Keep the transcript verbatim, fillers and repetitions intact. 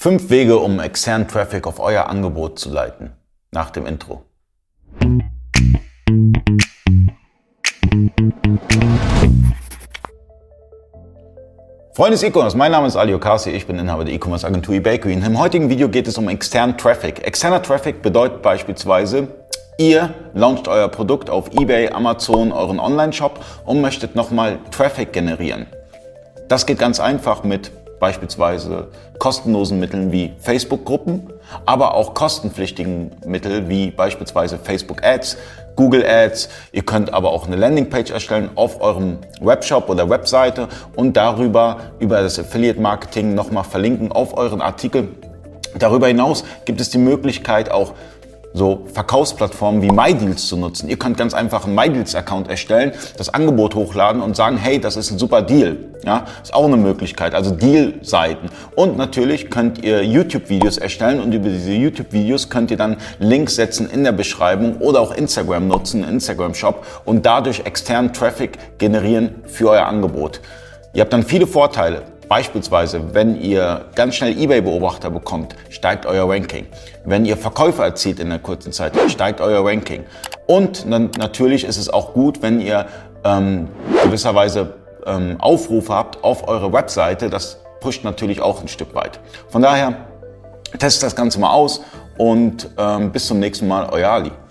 Fünf Wege, um externen Traffic auf euer Angebot zu leiten. Nach dem Intro. Freunde des E-Commerce, mein Name ist Ali Okasi, ich bin Inhaber der E-Commerce-Agentur eBakery. Im heutigen Video geht es um externen Traffic. Externer Traffic bedeutet beispielsweise, ihr launcht euer Produkt auf eBay, Amazon, euren Online-Shop und möchtet nochmal Traffic generieren. Das geht ganz einfach mit beispielsweise kostenlosen Mitteln wie Facebook-Gruppen, aber auch kostenpflichtigen Mitteln wie beispielsweise Facebook Ads, Google Ads. Ihr könnt aber auch eine Landingpage erstellen auf eurem Webshop oder Webseite und darüber über das Affiliate Marketing nochmal verlinken auf euren Artikel. Darüber hinaus gibt es die Möglichkeit auch so Verkaufsplattformen wie MyDeals zu nutzen. Ihr könnt ganz einfach einen MyDeals-Account erstellen, das Angebot hochladen und sagen, hey, das ist ein super Deal. Ja, ist auch eine Möglichkeit, also Deal-Seiten. Und natürlich könnt ihr YouTube-Videos erstellen und über diese YouTube-Videos könnt ihr dann Links setzen in der Beschreibung oder auch Instagram nutzen, Instagram-Shop und dadurch externen Traffic generieren für euer Angebot. Ihr habt dann viele Vorteile. Beispielsweise, wenn ihr ganz schnell eBay-Beobachter bekommt, steigt euer Ranking. Wenn ihr Verkäufer erzielt in der kurzen Zeit, steigt euer Ranking. Und dann, natürlich ist es auch gut, wenn ihr ähm, gewisserweise ähm, Aufrufe habt auf eure Webseite. Das pusht natürlich auch ein Stück weit. Von daher, testet das Ganze mal aus und ähm, bis zum nächsten Mal, euer Ali.